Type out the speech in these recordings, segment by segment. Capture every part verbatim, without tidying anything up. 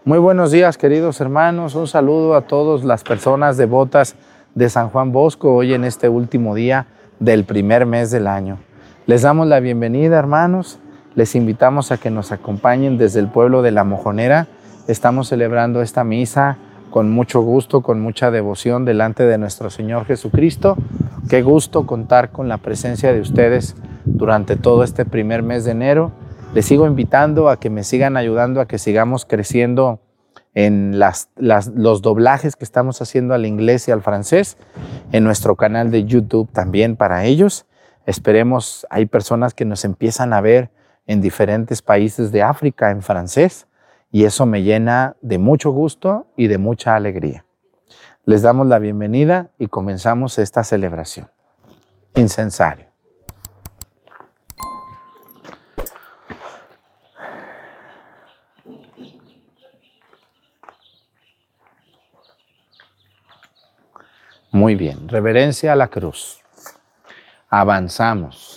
Muy buenos días, queridos hermanos. Un saludo a todas las personas devotas de San Juan Bosco hoy en este último día del primer mes del año. Les damos la bienvenida, hermanos. Les invitamos a que nos acompañen desde el pueblo de La Mojonera. Estamos celebrando esta misa con mucho gusto, con mucha devoción delante de nuestro Señor Jesucristo. Qué gusto contar con la presencia de ustedes durante todo este primer mes de enero. Les sigo invitando a que me sigan ayudando a que sigamos creciendo en las, las, los doblajes que estamos haciendo al inglés y al francés, en nuestro canal de YouTube también para ellos. Esperemos, hay personas que nos empiezan a ver en diferentes países de África en francés y eso me llena de mucho gusto y de mucha alegría. Les damos la bienvenida y comenzamos esta celebración. Incensario. Muy bien, reverencia a la cruz. Avanzamos.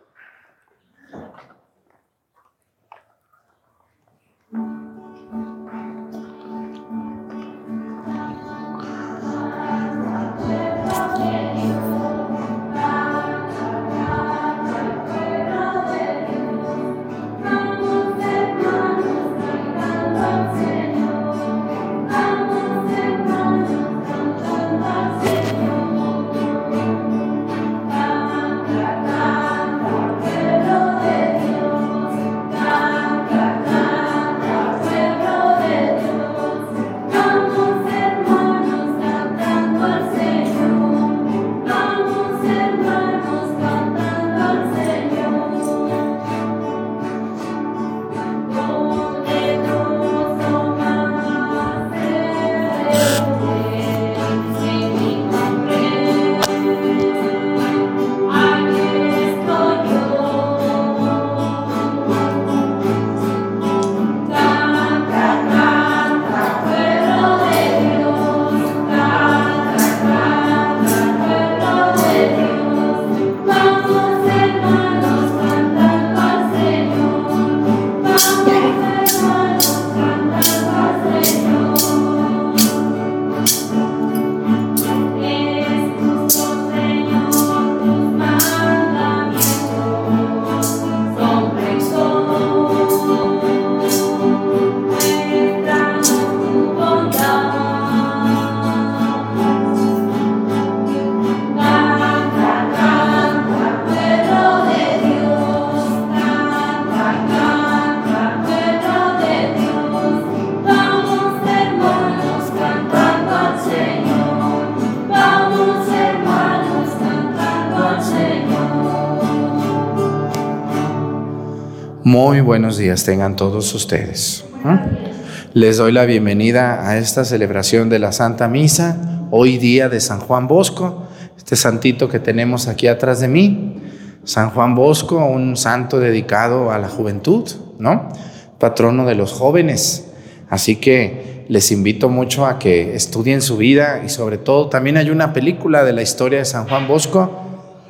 Muy buenos días tengan todos ustedes. Les doy la bienvenida a esta celebración de la Santa Misa, hoy día de San Juan Bosco, este santito que tenemos aquí atrás de mí. San Juan Bosco, un santo dedicado a la juventud, ¿no? Patrono de los jóvenes. Así que les invito mucho a que estudien su vida y sobre todo también hay una película de la historia de San Juan Bosco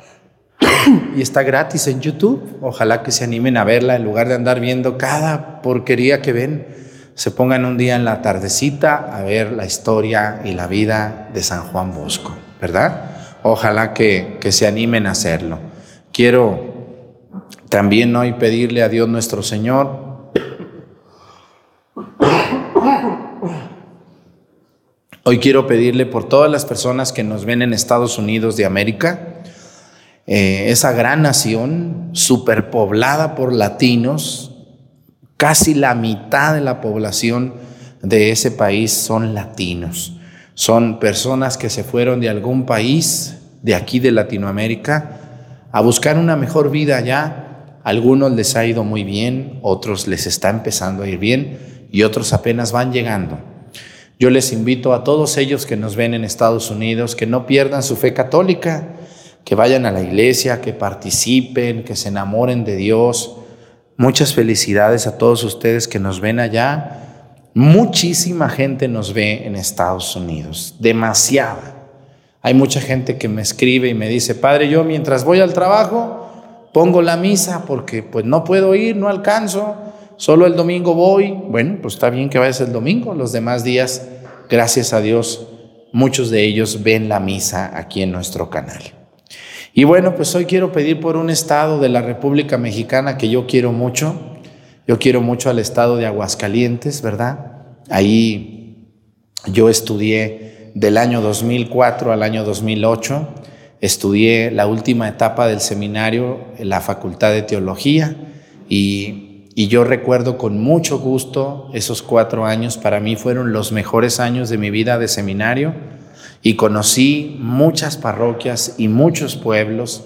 y está gratis en YouTube. Ojalá que se animen a verla en lugar de andar viendo cada porquería que ven. Se pongan un día en la tardecita a ver la historia y la vida de San Juan Bosco, ¿verdad? Ojalá que, que se animen a hacerlo. Quiero también hoy pedirle a Dios nuestro Señor. Hoy quiero pedirle por todas las personas que nos ven en Estados Unidos de América, Eh, esa gran nación superpoblada por latinos, casi la mitad de la población de ese país son latinos, son personas que se fueron de algún país de aquí de Latinoamérica a buscar una mejor vida allá. A algunos les ha ido muy bien, otros les está empezando a ir bien y otros apenas van llegando. Yo les invito a todos ellos que nos ven en Estados Unidos que no pierdan su fe católica, que vayan a la iglesia, que participen, que se enamoren de Dios. Muchas felicidades a todos ustedes que nos ven allá. Muchísima gente nos ve en Estados Unidos, demasiada. Hay mucha gente que me escribe y me dice: Padre, yo mientras voy al trabajo pongo la misa porque pues no puedo ir, no alcanzo, Solo el domingo voy. Bueno, pues está bien que vayas el domingo. Los demás días, gracias a Dios, muchos de ellos ven la misa aquí en nuestro canal. Y bueno, pues hoy quiero pedir por un estado de la República Mexicana que yo quiero mucho. Yo quiero mucho al estado de Aguascalientes, ¿verdad? Ahí yo estudié del año dos mil cuatro al año dos mil ocho. Estudié la última etapa del seminario en la Facultad de Teología y, y yo recuerdo con mucho gusto esos cuatro años. Para mí fueron los mejores años de mi vida de seminario y conocí muchas parroquias y muchos pueblos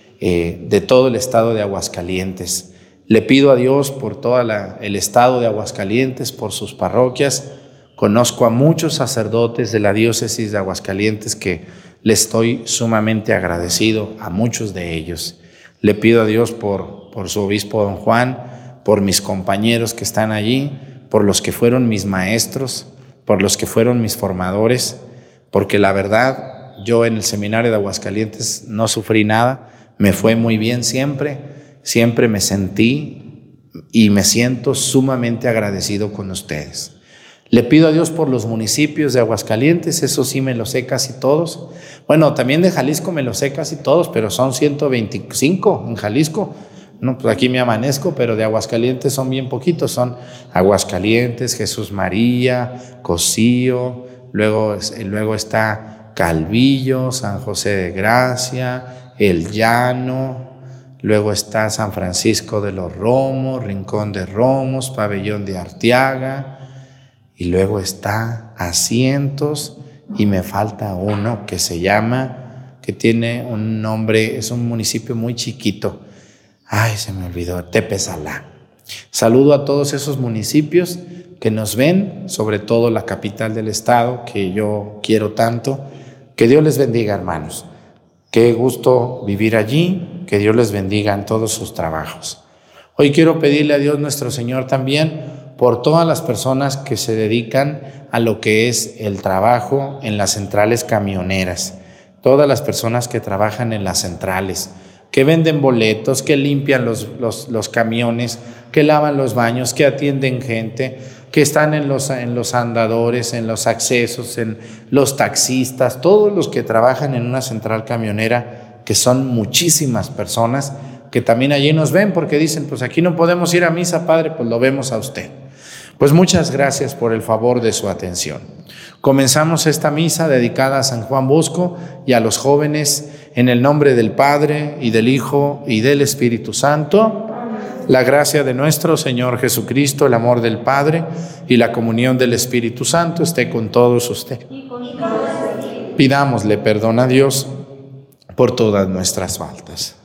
eh, de todo el estado de Aguascalientes. Le pido a Dios por todo el estado de Aguascalientes, por sus parroquias. Conozco a muchos sacerdotes de la diócesis de Aguascalientes que le estoy sumamente agradecido a muchos de ellos. Le pido a Dios por, por su obispo don Juan, por mis compañeros que están allí, por los que fueron mis maestros, por los que fueron mis formadores, porque la verdad, yo en el seminario de Aguascalientes no sufrí nada, me fue muy bien siempre, siempre me sentí y me siento sumamente agradecido con ustedes. Le pido a Dios por los municipios de Aguascalientes, eso sí me lo sé casi todos. Bueno, también de Jalisco me lo sé casi todos, pero son ciento veinticinco en Jalisco. No, pues aquí me amanezco, pero de Aguascalientes son bien poquitos. Son Aguascalientes, Jesús María, Cocío, luego, luego está Calvillo, San José de Gracia, El Llano, luego está San Francisco de los Romos, Rincón de Romos, Pabellón de Arteaga. Y luego está Asientos y me falta uno que se llama, que tiene un nombre, es un municipio muy chiquito. Ay, se me olvidó, Tepesalá. Saludo a todos esos municipios que nos ven, sobre todo la capital del estado, que yo quiero tanto. Que Dios les bendiga, hermanos. Qué gusto vivir allí, que Dios les bendiga en todos sus trabajos. Hoy quiero pedirle a Dios nuestro Señor también por todas las personas que se dedican a lo que es el trabajo en las centrales camioneras, todas las personas que trabajan en las centrales, que venden boletos, que limpian los, los, los camiones, que lavan los baños, que atienden gente, que están en los, en los andadores, en los accesos, en los taxistas, todos los que trabajan en una central camionera, que son muchísimas personas, que también allí nos ven porque dicen, pues aquí no podemos ir a misa, padre, pues lo vemos a usted. Pues muchas gracias por el favor de su atención. Comenzamos esta misa dedicada a San Juan Bosco y a los jóvenes en el nombre del Padre y del Hijo y del Espíritu Santo. La gracia de nuestro Señor Jesucristo, el amor del Padre y la comunión del Espíritu Santo esté con todos ustedes. Pidámosle perdón a Dios por todas nuestras faltas.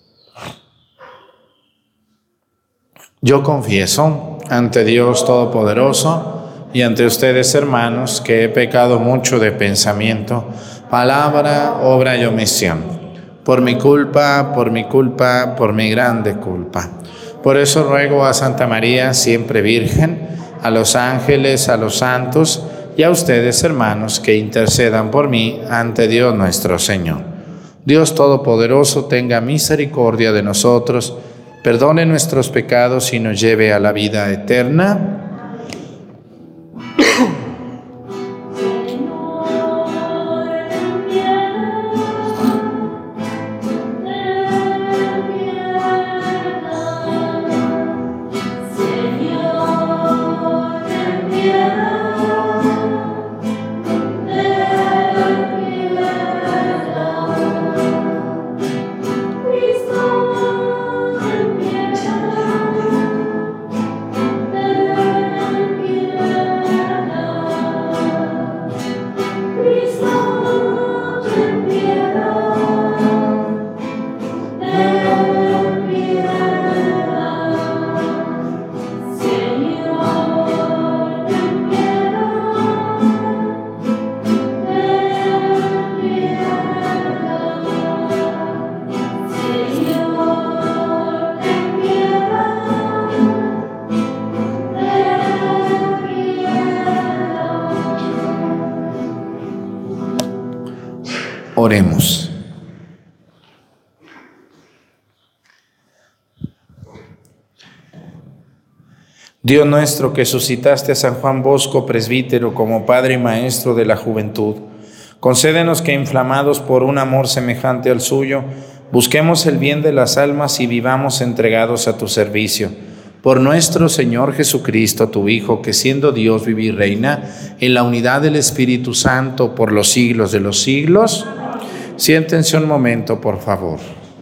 Yo confieso ante Dios Todopoderoso y ante ustedes, hermanos, que he pecado mucho de pensamiento, palabra, obra y omisión. Por mi culpa, por mi culpa, por mi grande culpa. Por eso ruego a Santa María, siempre Virgen, a los ángeles, a los santos y a ustedes, hermanos, que intercedan por mí ante Dios nuestro Señor. Dios Todopoderoso tenga misericordia de nosotros, perdone nuestros pecados y nos lleve a la vida eterna. Oremos. Dios nuestro, que suscitaste a San Juan Bosco, presbítero, como padre y maestro de la juventud, concédenos que, inflamados por un amor semejante al suyo, busquemos el bien de las almas y vivamos entregados a tu servicio. Por nuestro Señor Jesucristo, tu Hijo, que siendo Dios vive y reina en la unidad del Espíritu Santo por los siglos de los siglos. Siéntense un momento, por favor.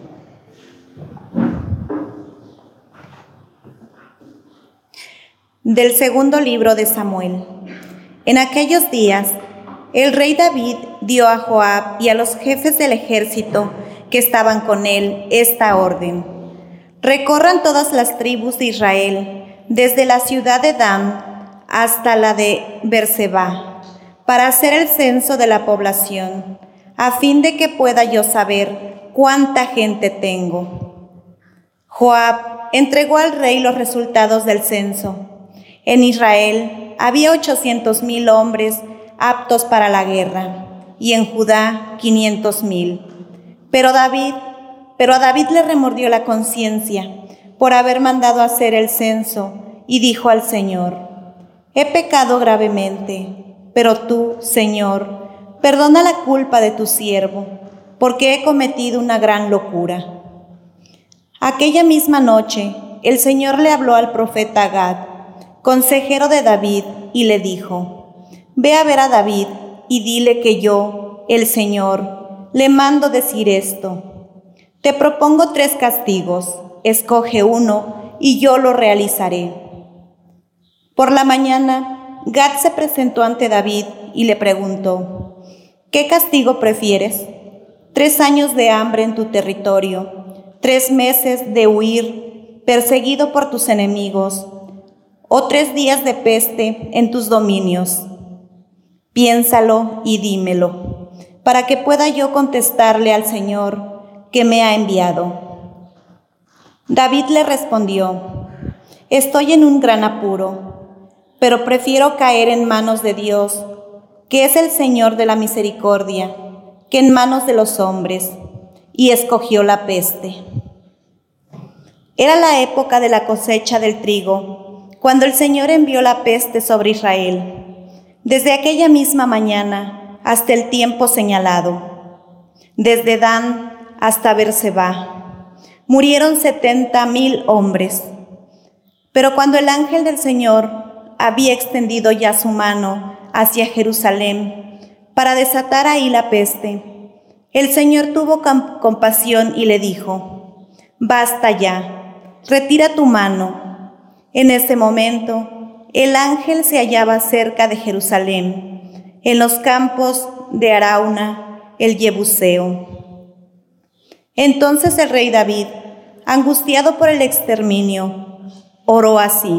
Del segundo libro de Samuel. En aquellos días, el rey David dio a Joab y a los jefes del ejército que estaban con él esta orden: recorran todas las tribus de Israel, desde la ciudad de Dan hasta la de Beerseba, para hacer el censo de la población, a fin de que pueda yo saber cuánta gente tengo. Joab entregó al rey los resultados del censo. En Israel había ochocientos mil hombres aptos para la guerra, y en Judá quinientos mil. Pero David, pero a David le remordió la conciencia por haber mandado hacer el censo, y dijo al Señor: he pecado gravemente, pero tú, Señor, perdona la culpa de tu siervo, porque he cometido una gran locura. Aquella misma noche, el Señor le habló al profeta Gad, consejero de David, y le dijo: ve a ver a David y dile que yo, el Señor, le mando decir esto: te propongo tres castigos, escoge uno y yo lo realizaré. Por la mañana, Gad se presentó ante David y le preguntó: ¿qué castigo prefieres? ¿Tres años de hambre en tu territorio, tres meses de huir, perseguido por tus enemigos, o tres días de peste en tus dominios? Piénsalo y dímelo, para que pueda yo contestarle al Señor que me ha enviado. David le respondió: estoy en un gran apuro, pero prefiero caer en manos de Dios, que es el Señor de la misericordia, que en manos de los hombres, y escogió la peste. Era la época de la cosecha del trigo, cuando el Señor envió la peste sobre Israel. Desde aquella misma mañana hasta el tiempo señalado, desde Dan hasta Beerseba, murieron setenta mil hombres. Pero cuando el ángel del Señor había extendido ya su mano hacia Jerusalén para desatar ahí la peste, el Señor tuvo compasión y le dijo: basta ya, retira tu mano. En ese momento, el ángel se hallaba cerca de Jerusalén, en los campos de Arauna, el Jebuseo. Entonces el rey David, angustiado por el exterminio, oró así: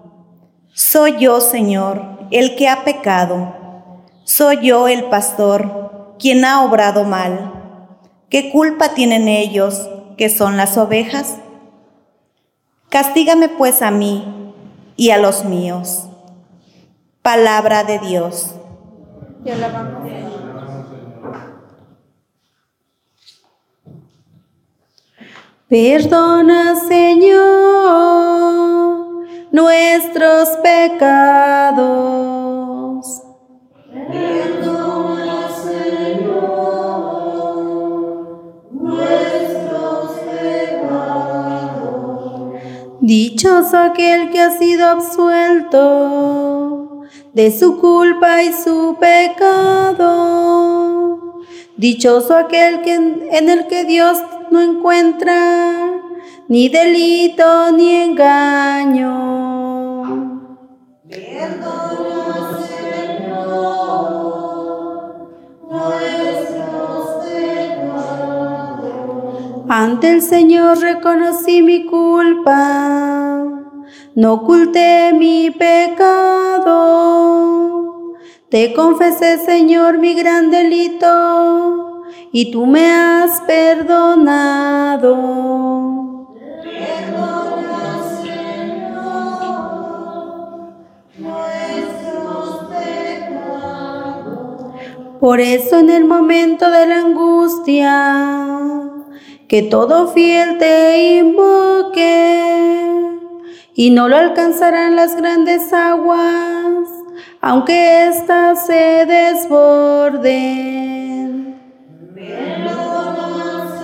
soy yo, Señor, el que ha pecado. Soy yo, el pastor, quien ha obrado mal. ¿Qué culpa tienen ellos, que son las ovejas? Castígame pues a mí y a los míos. Palabra de Dios. Te alabamos. Perdona, Señor, nuestros pecados. Perdona, Señor, nuestros pecados. Dichoso aquel que ha sido absuelto de su culpa y su pecado. Dichoso aquel que en el que Dios no encuentra ni delito ni engaño. Perdona, Señor, nuestros pecados. Ante el Señor reconocí mi culpa, no oculté mi pecado. Te confesé, Señor, mi gran delito, y tú me has perdonado. Perdona, Señor, nuestros pecados. Por eso en el momento de la angustia, que todo fiel te invoque, y no lo alcanzarán las grandes aguas, aunque éstas se desborden. Perdona,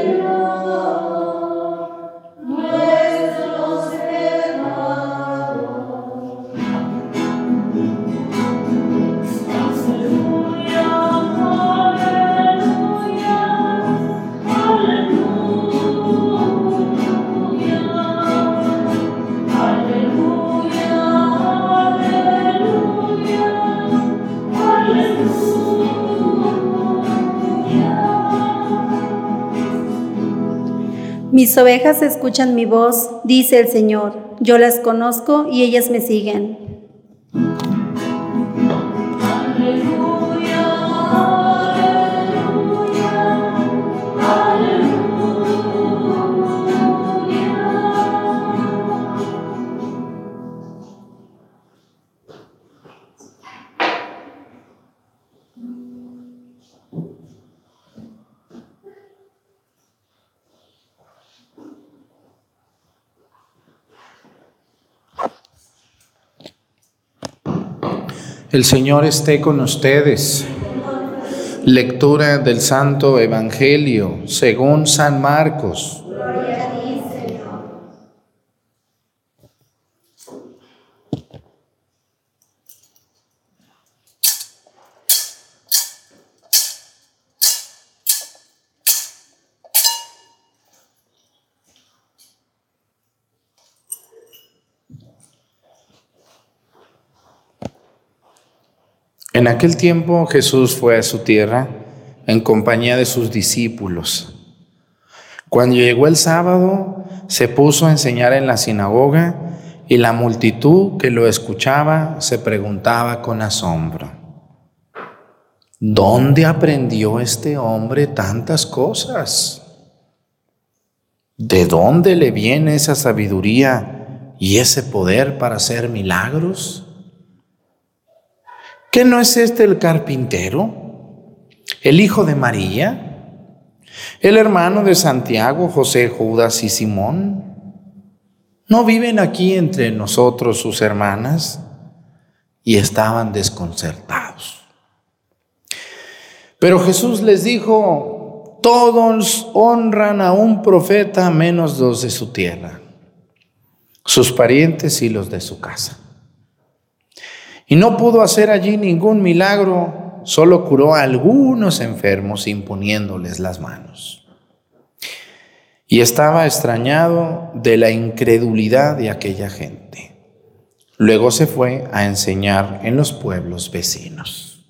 Señor, nuestros pecados. Aleluya, aleluya, aleluya, Mis ovejas escuchan mi voz, dice el Señor. Yo las conozco y ellas me siguen. El Señor esté con ustedes. Lectura del Santo Evangelio según San Marcos. Gloria a ti, Señor. En aquel tiempo Jesús fue a su tierra en compañía de sus discípulos. Cuando llegó el sábado, se puso a enseñar en la sinagoga y la multitud que lo escuchaba se preguntaba con asombro: ¿dónde aprendió este hombre tantas cosas? ¿De dónde le viene esa sabiduría y ese poder para hacer milagros? ¿Qué no es este el carpintero, el hijo de María, el hermano de Santiago, José, Judas y Simón? ¿No viven aquí entre nosotros sus hermanas? Y estaban desconcertados. Pero Jesús les dijo: todos honran a un profeta menos los de su tierra, sus parientes y los de su casa. Y no pudo hacer allí ningún milagro, solo curó a algunos enfermos imponiéndoles las manos. Y estaba extrañado de la incredulidad de aquella gente. Luego se fue a enseñar en los pueblos vecinos.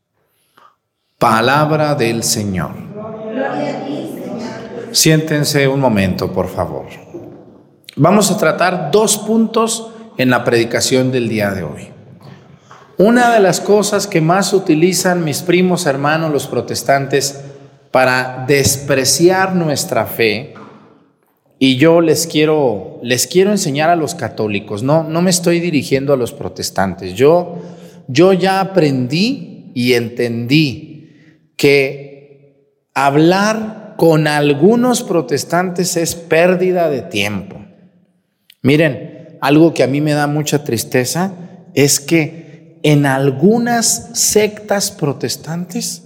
Palabra del Señor. Gloria a ti, Señor. Siéntense un momento, por favor. Vamos a tratar dos puntos en la predicación del día de hoy. Una de las cosas que más utilizan mis primos hermanos los protestantes para despreciar nuestra fe, y yo les quiero, les quiero enseñar a los católicos, no, no me estoy dirigiendo a los protestantes, yo, yo ya aprendí y entendí que hablar con algunos protestantes es pérdida de tiempo. Miren, algo que a mí me da mucha tristeza es que en algunas sectas protestantes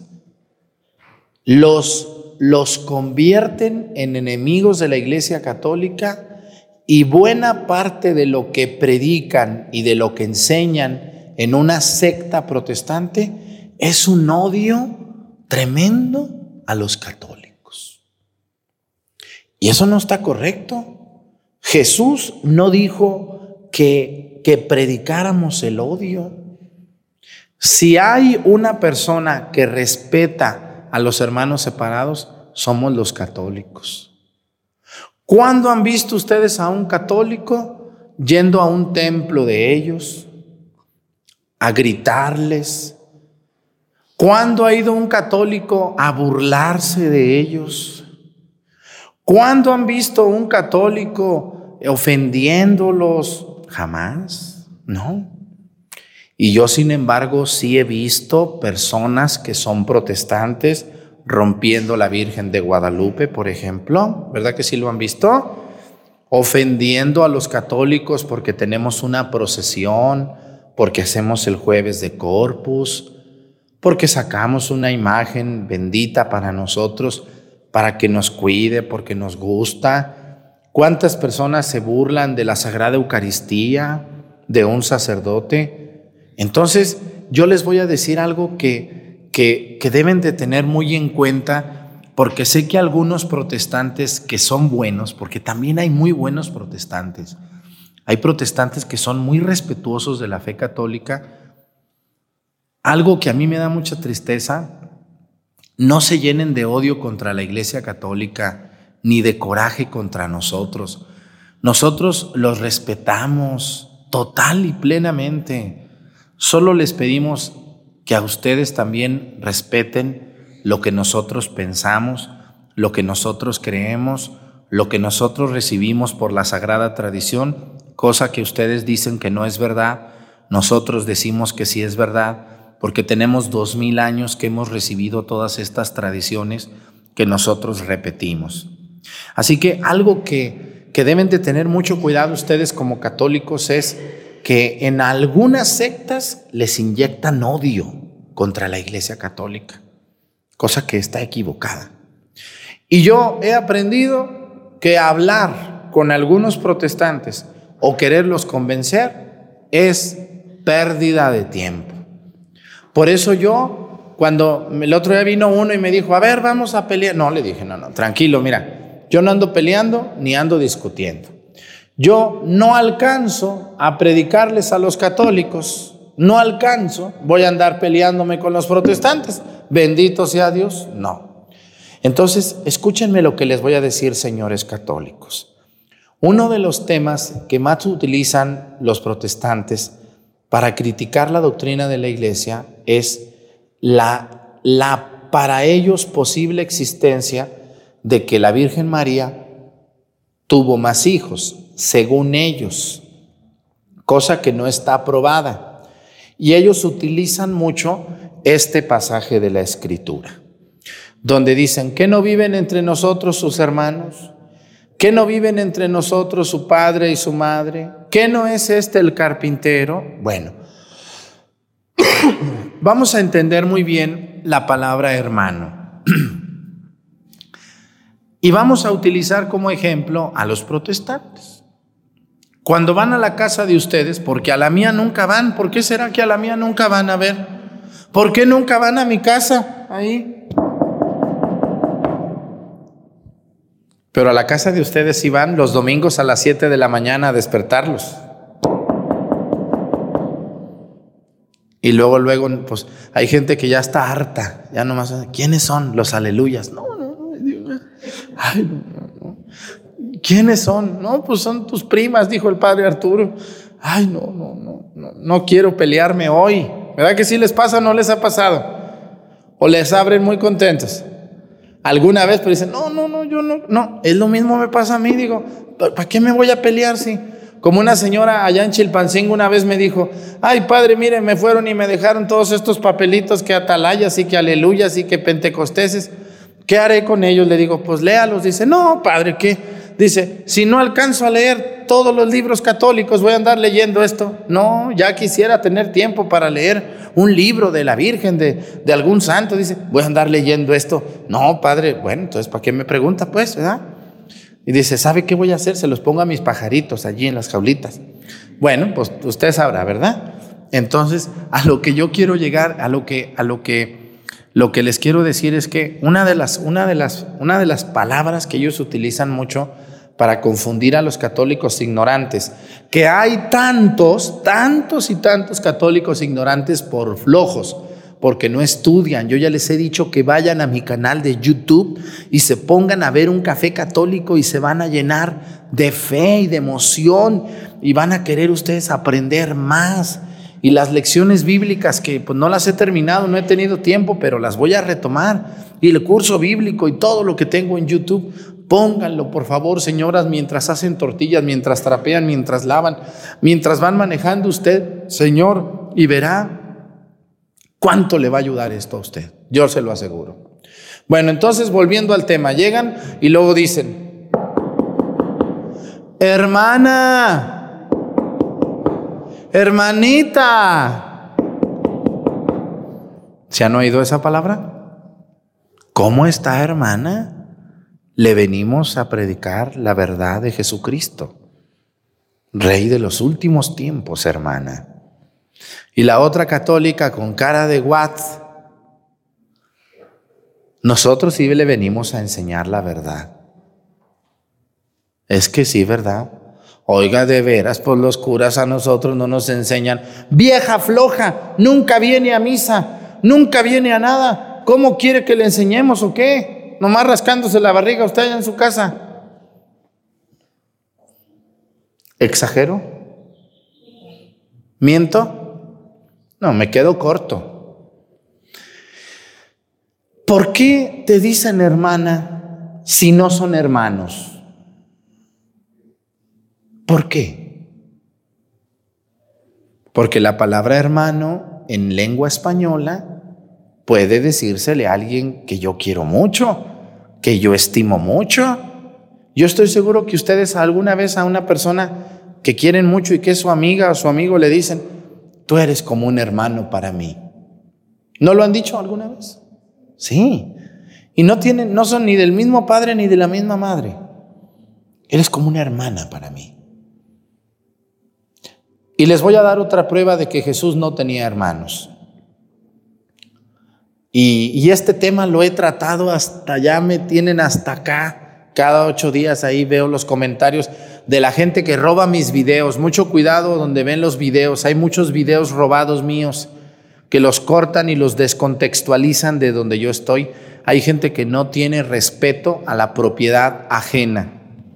los, los convierten en enemigos de la Iglesia Católica, y buena parte de lo que predican y de lo que enseñan en una secta protestante es un odio tremendo a los católicos. Y eso no está correcto. Jesús no dijo que, que predicáramos el odio. Si hay una persona que respeta a los hermanos separados, somos los católicos. ¿Cuándo han visto ustedes a un católico yendo a un templo de ellos a gritarles? ¿Cuándo ha ido un católico a burlarse de ellos? ¿Cuándo han visto a un católico ofendiéndolos? Jamás, no. Y yo, sin embargo, sí he visto personas que son protestantes rompiendo la Virgen de Guadalupe, por ejemplo. ¿Verdad que sí lo han visto? ofendiendo a los católicos porque tenemos una procesión, porque hacemos el jueves de Corpus, porque sacamos una imagen bendita para nosotros, para que nos cuide, porque nos gusta. ¿Cuántas personas se burlan de la Sagrada Eucaristía, de un sacerdote? Entonces, yo les voy a decir algo que, que, que deben de tener muy en cuenta, porque sé que algunos protestantes que son buenos, porque también hay muy buenos protestantes, hay protestantes que son muy respetuosos de la fe católica. Algo que a mí me da mucha tristeza, no se llenen de odio contra la Iglesia Católica, ni de coraje contra nosotros. Nosotros los respetamos total y plenamente. Solo les pedimos que a ustedes también respeten lo que nosotros pensamos, lo que nosotros creemos, lo que nosotros recibimos por la sagrada tradición, cosa que ustedes dicen que no es verdad, nosotros decimos que sí es verdad, porque tenemos dos mil años que hemos recibido todas estas tradiciones que nosotros repetimos. Así que algo que, que deben de tener mucho cuidado ustedes como católicos es que en algunas sectas les inyectan odio contra la Iglesia Católica, cosa que está equivocada. Y yo he aprendido que hablar con algunos protestantes o quererlos convencer es pérdida de tiempo. Por eso yo, cuando el otro día vino uno y me dijo, a ver, vamos a pelear. No, le dije, no, no, tranquilo, mira, yo no ando peleando ni ando discutiendo. Yo no alcanzo a predicarles a los católicos, no alcanzo, voy a andar peleándome con los protestantes. Bendito sea Dios, no. Entonces, escúchenme lo que les voy a decir, señores católicos. Uno de los temas que más utilizan los protestantes para criticar la doctrina de la Iglesia es la, la para ellos posible existencia de que la Virgen María tuvo más hijos, según ellos, cosa que no está aprobada. Y ellos utilizan mucho este pasaje de la Escritura, donde dicen que no viven entre nosotros sus hermanos, que no viven entre nosotros su padre y su madre, que no es este el carpintero. Bueno, vamos a entender muy bien la palabra hermano y vamos a utilizar como ejemplo a los protestantes. Cuando van a la casa de ustedes, porque a la mía nunca van, ¿por qué será que a la mía nunca van? A ver, ¿por qué nunca van a mi casa? Ahí. Pero a la casa de ustedes sí van los domingos a las siete de la mañana a despertarlos. Y luego, luego, pues hay gente que ya está harta, ya nomás, ¿quiénes son? Los aleluyas. No, no, no, Dios. Ay, no, no, no. ¿Quiénes son? No, pues son tus primas, dijo el padre Arturo. Ay, no, no, no, no, no quiero pelearme hoy. ¿Verdad que sí les pasa o no les ha pasado? O les abren muy contentos. Alguna vez, pero dicen, no, no, no, yo no, no, es lo mismo me pasa a mí, digo, ¿para qué me voy a pelear si? Como una señora allá en Chilpancingo una vez me dijo, ay padre, mire, me fueron y me dejaron todos estos papelitos que atalayas y que aleluyas y que pentecosteses, ¿qué haré con ellos? Le digo, pues léalos. Dice, no padre, ¿qué? Dice, si no alcanzo a leer todos los libros católicos, voy a andar leyendo esto. No, ya quisiera tener tiempo para leer un libro de la Virgen, de, de algún santo. Dice, voy a andar leyendo esto. No, padre, bueno, entonces, ¿para qué me pregunta, pues, verdad? Y dice, ¿sabe qué voy a hacer? Se los pongo a mis pajaritos allí en las jaulitas. Bueno, pues usted sabrá, ¿verdad? Entonces, a lo que yo quiero llegar, a lo que, a lo que, lo que les quiero decir es que una de las, una de las, una de las palabras que ellos utilizan mucho para confundir a los católicos ignorantes, que hay tantos, tantos y tantos católicos ignorantes por flojos, porque no estudian. Yo ya les he dicho que vayan a mi canal de YouTube y se pongan a ver un café católico y se van a llenar de fe y de emoción y van a querer ustedes aprender más. Y las lecciones bíblicas que pues no las he terminado, no he tenido tiempo, pero las voy a retomar. Y el curso bíblico y todo lo que tengo en YouTube, pónganlo por favor, señoras, mientras hacen tortillas, mientras trapean, mientras lavan, mientras van manejando usted, señor, y verá cuánto le va a ayudar esto a usted. Yo se lo aseguro. Bueno, entonces volviendo al tema, llegan y luego dicen, hermana, hermanita. ¿Se han oído esa palabra? ¿Cómo está, hermana? Le venimos a predicar la verdad de Jesucristo, Rey de los últimos tiempos, hermana. Y la otra católica con cara de what? Nosotros sí le venimos a enseñar la verdad. Es que sí, ¿verdad? Oiga, de veras, pues los curas a nosotros no nos enseñan. Vieja floja, nunca viene a misa, nunca viene a nada. ¿Cómo quiere que le enseñemos o qué? Nomás rascándose la barriga usted allá en su casa. ¿Exagero? ¿Miento? No, me quedo corto. ¿Por qué te dicen hermana si no son hermanos? ¿Por qué? Porque la palabra hermano en lengua española puede decírsele a alguien que yo quiero mucho, que yo estimo mucho. Yo estoy seguro que ustedes alguna vez a una persona que quieren mucho y que es su amiga o su amigo le dicen, tú eres como un hermano para mí. ¿No lo han dicho alguna vez? Sí. Y no tienen, no son ni del mismo padre ni de la misma madre. Eres como una hermana para mí. Y les voy a dar otra prueba de que Jesús no tenía hermanos. Y, y este tema lo he tratado hasta ya, me tienen hasta acá. Cada ocho días ahí veo los comentarios de la gente que roba mis videos. Mucho cuidado donde ven los videos. Hay muchos videos robados míos que los cortan y los descontextualizan de donde yo estoy. Hay gente que no tiene respeto a la propiedad ajena.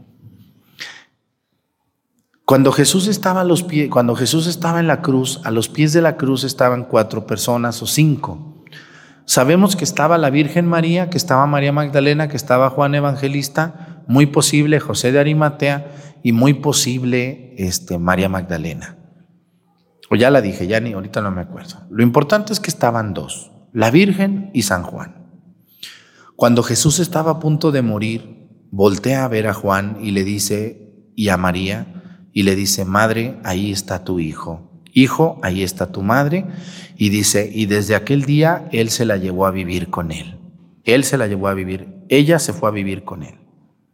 Cuando Jesús estaba a los pies, cuando Jesús estaba en la cruz, a los pies de la cruz estaban cuatro personas o cinco. Sabemos que estaba la Virgen María, que estaba María Magdalena, que estaba Juan Evangelista, muy posible José de Arimatea y muy posible este, María Magdalena. O ya la dije, ya ni ahorita no me acuerdo. Lo importante es que estaban dos, la Virgen y San Juan. Cuando Jesús estaba a punto de morir, voltea a ver a Juan y le dice, y a María, y le dice, madre, ahí está tu hijo. Hijo, ahí está tu madre. Y dice, y desde aquel día él se la llevó a vivir con él. Él se la llevó a vivir, ella se fue a vivir con él.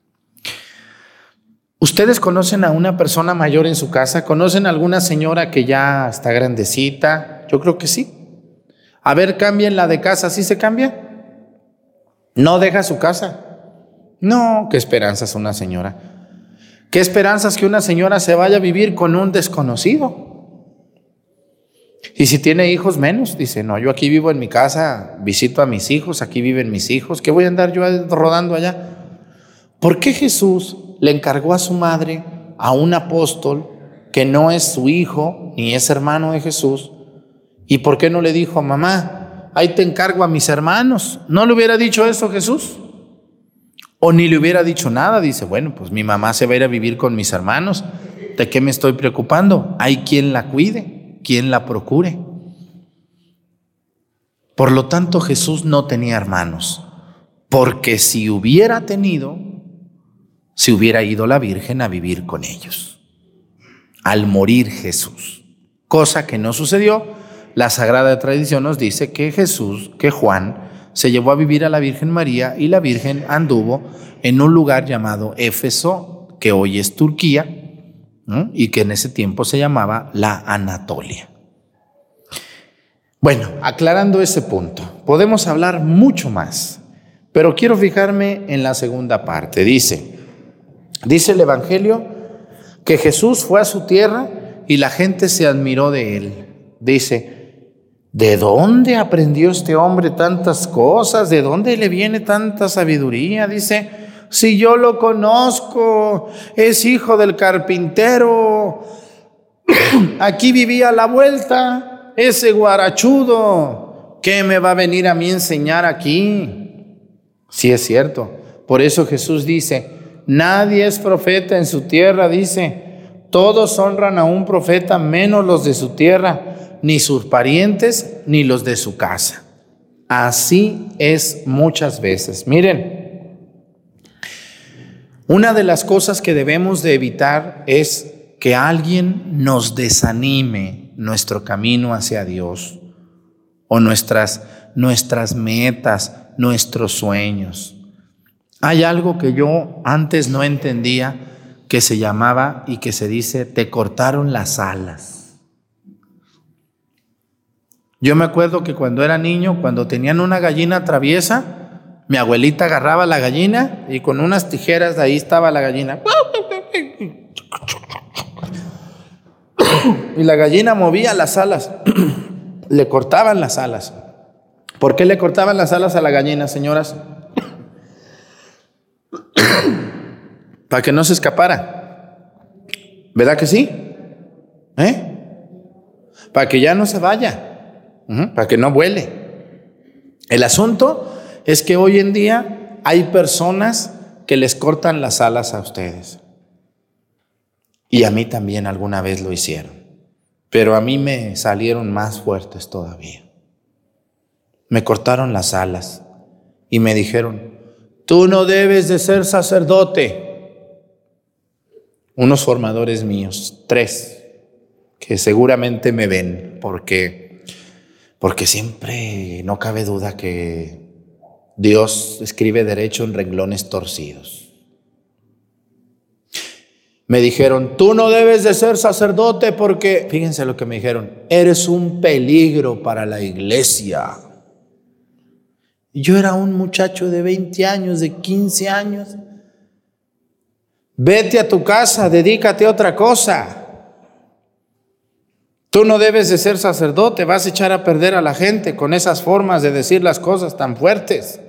¿Ustedes conocen a una persona mayor en su casa? ¿Conocen a alguna señora que ya está grandecita? Yo creo que sí. A ver, cámbienla de casa, ¿sí se cambia? No deja su casa. No, qué esperanzas una señora. ¿Qué esperanzas que una señora se vaya a vivir con un desconocido? Y si tiene hijos, menos. Dice, no, yo aquí vivo en mi casa, visito a mis hijos, aquí viven mis hijos. ¿Qué voy a andar yo rodando allá? ¿Por qué Jesús le encargó a su madre, a un apóstol que no es su hijo ni es hermano de Jesús? ¿Y por qué no le dijo, mamá, ahí te encargo a mis hermanos? ¿No le hubiera dicho eso Jesús? O ni le hubiera dicho nada. Dice, bueno, pues mi mamá se va a ir a vivir con mis hermanos. ¿De qué me estoy preocupando? Hay quien la cuide, quien la procure. Por lo tanto, Jesús no tenía hermanos, porque si hubiera tenido, se hubiera ido la Virgen a vivir con ellos. Al morir Jesús, cosa que no sucedió, la Sagrada Tradición nos dice que Jesús, que Juan, se llevó a vivir a la Virgen María y la Virgen anduvo en un lugar llamado Éfeso, que hoy es Turquía, ¿no? Y que en ese tiempo se llamaba la Anatolia. Bueno, aclarando ese punto, podemos hablar mucho más, pero quiero fijarme en la segunda parte. Dice, dice el Evangelio que Jesús fue a su tierra y la gente se admiró de él. Dice, ¿de dónde aprendió este hombre tantas cosas? ¿De dónde le viene tanta sabiduría? Dice, si yo lo conozco, es hijo del carpintero, aquí vivía a la vuelta, ese guarachudo, ¿qué me va a venir a mí a enseñar aquí? Sí, es cierto. Por eso Jesús dice, nadie es profeta en su tierra, dice, todos honran a un profeta menos los de su tierra, ni sus parientes, ni los de su casa. Así es muchas veces. Miren, Una de las cosas que debemos de evitar es que alguien nos desanime nuestro camino hacia Dios o nuestras, nuestras metas, nuestros sueños. Hay algo que yo antes no entendía, que se llamaba y que se dice, te cortaron las alas. Yo me acuerdo que cuando era niño, cuando tenían una gallina traviesa, mi abuelita agarraba la gallina y con unas tijeras de ahí estaba la gallina. Y la gallina movía las alas, le cortaban las alas. ¿Por qué le cortaban las alas a la gallina, señoras? Para que no se escapara. ¿Verdad que sí? ¿Eh? Para que ya no se vaya, uh-huh. Para que no vuele. El asunto es que hoy en día hay personas que les cortan las alas a ustedes. Y a mí también alguna vez lo hicieron. Pero a mí me salieron más fuertes todavía. Me cortaron las alas y me dijeron, tú no debes de ser sacerdote. Unos formadores míos, tres, que seguramente me ven, porque, porque siempre no cabe duda que Dios escribe derecho en renglones torcidos. Me dijeron, tú no debes de ser sacerdote porque, fíjense lo que me dijeron, eres un peligro para la iglesia. Yo era un muchacho de veinte años, de quince años. Vete a tu casa, dedícate a otra cosa. Tú no debes de ser sacerdote, vas a echar a perder a la gente con esas formas de decir las cosas tan fuertes.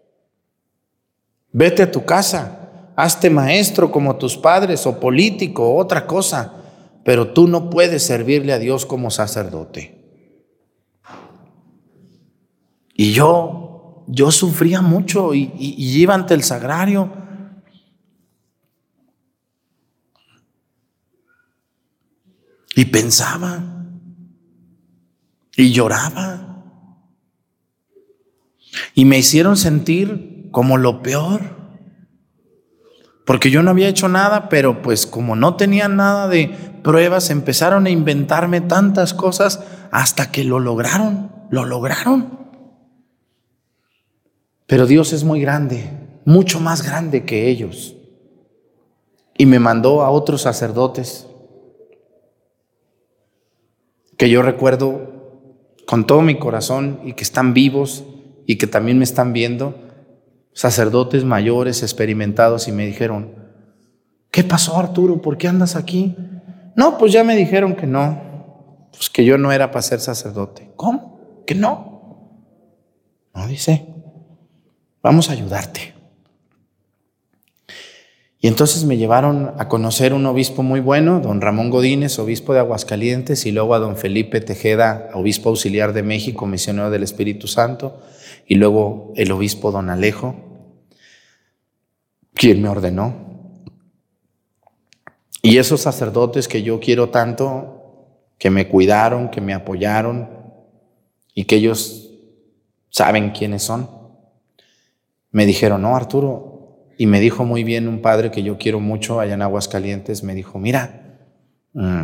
Vete a tu casa, hazte maestro como tus padres o político o otra cosa, pero tú no puedes servirle a Dios como sacerdote. Y yo, yo sufría mucho y, y, y iba ante el sagrario. Y pensaba, y lloraba, y me hicieron sentir como lo peor, porque yo no había hecho nada, pero pues como no tenía nada de pruebas, empezaron a inventarme tantas cosas hasta que lo lograron, lo lograron. Pero Dios es muy grande, mucho más grande que ellos, y me mandó a otros sacerdotes que yo recuerdo con todo mi corazón y que están vivos y que también me están viendo, sacerdotes mayores, experimentados, y me dijeron, ¿qué pasó, Arturo? ¿Por qué andas aquí? No, pues ya me dijeron que no, pues que yo no era para ser sacerdote. ¿Cómo? ¿Que no? No, dice, vamos a ayudarte. Y entonces me llevaron a conocer un obispo muy bueno, don Ramón Godínez, obispo de Aguascalientes, y luego a don Felipe Tejeda, obispo auxiliar de México, misionero del Espíritu Santo, y luego el obispo don Alejo, quien me ordenó. Y esos sacerdotes que yo quiero tanto, que me cuidaron, que me apoyaron, y que ellos saben quiénes son, me dijeron, no, Arturo. Y me dijo muy bien un padre que yo quiero mucho allá en Aguascalientes, me dijo, mira, mmm,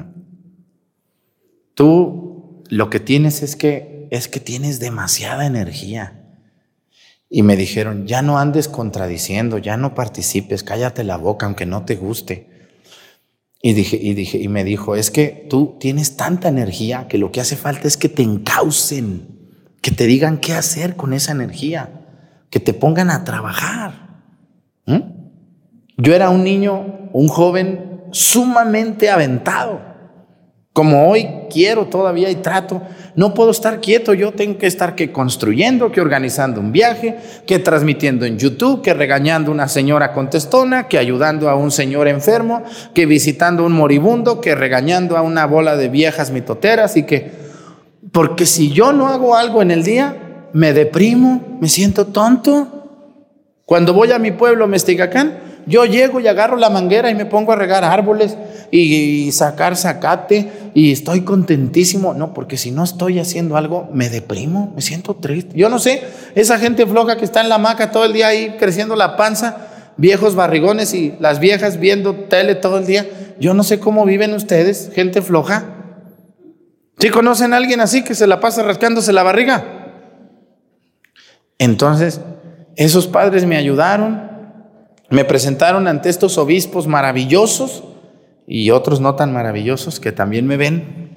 tú lo que tienes es que, es que tienes demasiada energía. Y me dijeron, ya no andes contradiciendo, ya no participes, cállate la boca aunque no te guste. Y, dije, y, dije, y me dijo, es que tú tienes tanta energía que lo que hace falta es que te encaucen, que te digan qué hacer con esa energía, que te pongan a trabajar. ¿Mm? Yo era un niño, un joven sumamente aventado, como hoy quiero todavía y trato. No puedo estar quieto, yo tengo que estar que construyendo, que organizando un viaje, que transmitiendo en YouTube, que regañando a una señora contestona, que ayudando a un señor enfermo, que visitando a un moribundo, que regañando a una bola de viejas mitoteras. Y que, porque si yo no hago algo en el día, me deprimo, me siento tonto. Cuando voy a mi pueblo, Mestigacán, yo llego y agarro la manguera y me pongo a regar árboles y, y sacar zacate y estoy contentísimo. No, porque si no estoy haciendo algo, me deprimo, me siento triste. Yo no sé, esa gente floja que está en la hamaca todo el día ahí creciendo la panza, viejos barrigones y las viejas viendo tele todo el día. Yo no sé cómo viven ustedes, gente floja. ¿Sí conocen a alguien así que se la pasa rascándose la barriga? Entonces, esos padres me ayudaron, me presentaron ante estos obispos maravillosos y otros no tan maravillosos que también me ven.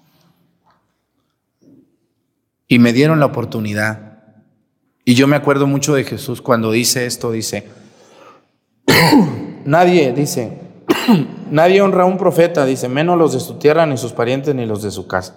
Y me dieron la oportunidad. Y yo me acuerdo mucho de Jesús cuando dice esto, dice, nadie, dice, nadie honra a un profeta, dice, menos los de su tierra, ni sus parientes, ni los de su casa.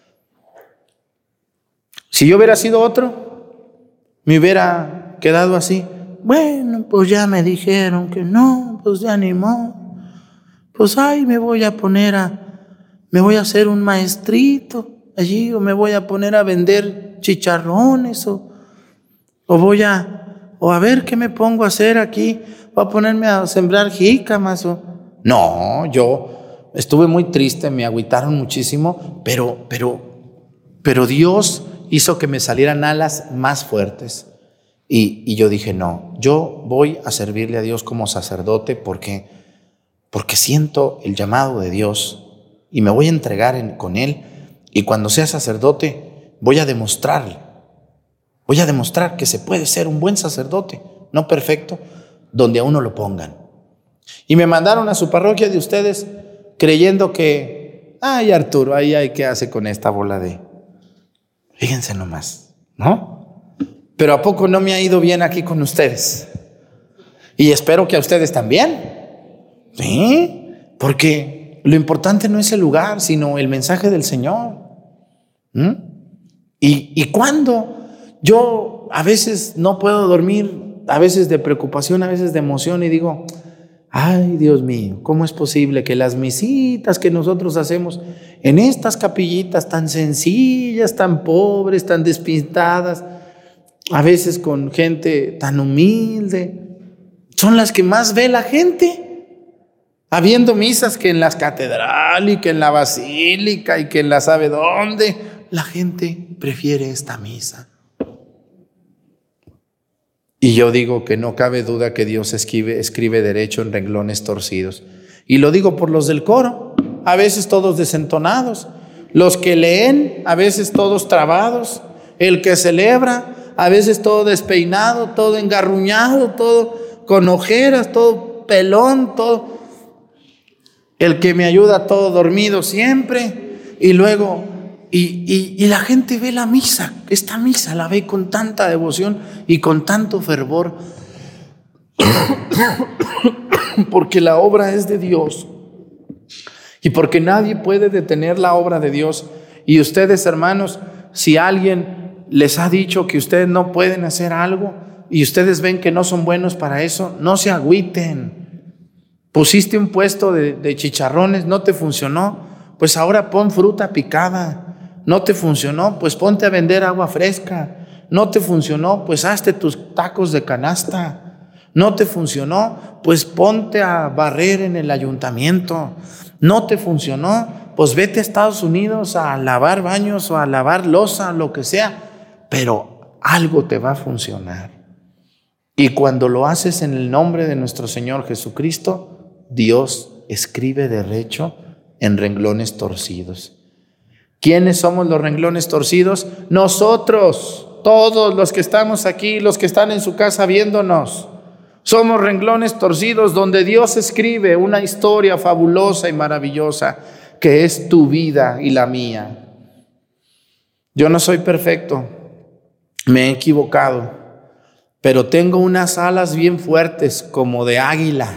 Si yo hubiera sido otro, me hubiera quedado así. Bueno, pues ya me dijeron que no, pues ya ni modo. Pues ay, me voy a poner a, me voy a hacer un maestrito allí, o me voy a poner a vender chicharrones, o, o voy a, o a ver qué me pongo a hacer aquí, voy a ponerme a sembrar jícamas. O... No, yo estuve muy triste, me agüitaron muchísimo, pero, pero, pero Dios hizo que me salieran alas más fuertes. Y, y yo dije, no, yo voy a servirle a Dios como sacerdote porque, porque siento el llamado de Dios y me voy a entregar en, con Él. Y cuando sea sacerdote, voy a demostrar, voy a demostrar que se puede ser un buen sacerdote, no perfecto, donde a uno lo pongan. Y me mandaron a su parroquia de ustedes creyendo que, ay, Arturo, ahí hay qué hace con esta bola de... Fíjense nomás, ¿no? Pero ¿a poco no me ha ido bien aquí con ustedes? Y espero que a ustedes también, ¿sí? Porque lo importante no es el lugar, sino el mensaje del Señor. ¿Mm? ¿Y, y cuándo? Yo a veces no puedo dormir, a veces de preocupación, a veces de emoción, y digo, ay, Dios mío, ¿cómo es posible que las misitas que nosotros hacemos en estas capillitas tan sencillas, tan pobres, tan despintadas, a veces con gente tan humilde, son las que más ve la gente? Habiendo misas que en las catedrales y que en la basílica y que en la sabe dónde, la gente prefiere esta misa. Y yo digo que no cabe duda que Dios escribe, escribe derecho en renglones torcidos. Y lo digo por los del coro, a veces todos desentonados, los que leen, a veces todos trabados, el que celebra, a veces todo despeinado, todo engarruñado, todo con ojeras, todo pelón, todo... El que me ayuda todo dormido siempre, y luego, y, y, y la gente ve la misa, esta misa la ve con tanta devoción y con tanto fervor, porque la obra es de Dios, y porque nadie puede detener la obra de Dios. Y ustedes, hermanos, si alguien les ha dicho que ustedes no pueden hacer algo, y ustedes ven que no son buenos para eso, no se agüiten. Pusiste un puesto de, de chicharrones, no te funcionó, pues ahora pon fruta picada. No te funcionó, pues ponte a vender agua fresca. No te funcionó, pues hazte tus tacos de canasta. No te funcionó, pues ponte a barrer en el ayuntamiento. No te funcionó, pues vete a Estados Unidos a lavar baños o a lavar loza, lo que sea. Pero algo te va a funcionar. Y cuando lo haces en el nombre de nuestro Señor Jesucristo, Dios escribe derecho en renglones torcidos. ¿Quiénes somos los renglones torcidos? Nosotros, todos los que estamos aquí, los que están en su casa viéndonos. Somos renglones torcidos donde Dios escribe una historia fabulosa y maravillosa que es tu vida y la mía. Yo no soy perfecto, me he equivocado, pero tengo unas alas bien fuertes como de águila.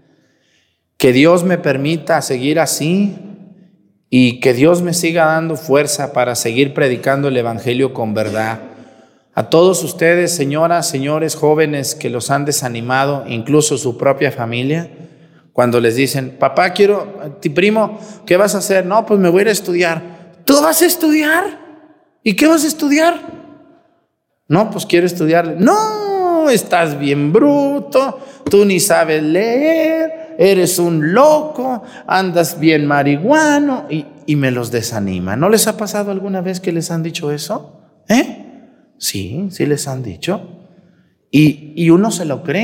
Que Dios me permita seguir así y que Dios me siga dando fuerza para seguir predicando el evangelio con verdad. A todos ustedes, señoras, señores, jóvenes que los han desanimado, incluso su propia familia, cuando les dicen, papá, quiero, ti primo, ¿qué vas a hacer? No, pues me voy a ir a estudiar. ¿Tú vas a estudiar? ¿Y qué vas a estudiar? No, pues quiero estudiar. No, estás bien bruto, tú ni sabes leer. Eres un loco, andas bien marihuano, y, y me los desanima. ¿No les ha pasado alguna vez que les han dicho eso? ¿Eh? Sí, sí les han dicho. Y, y uno se lo cree,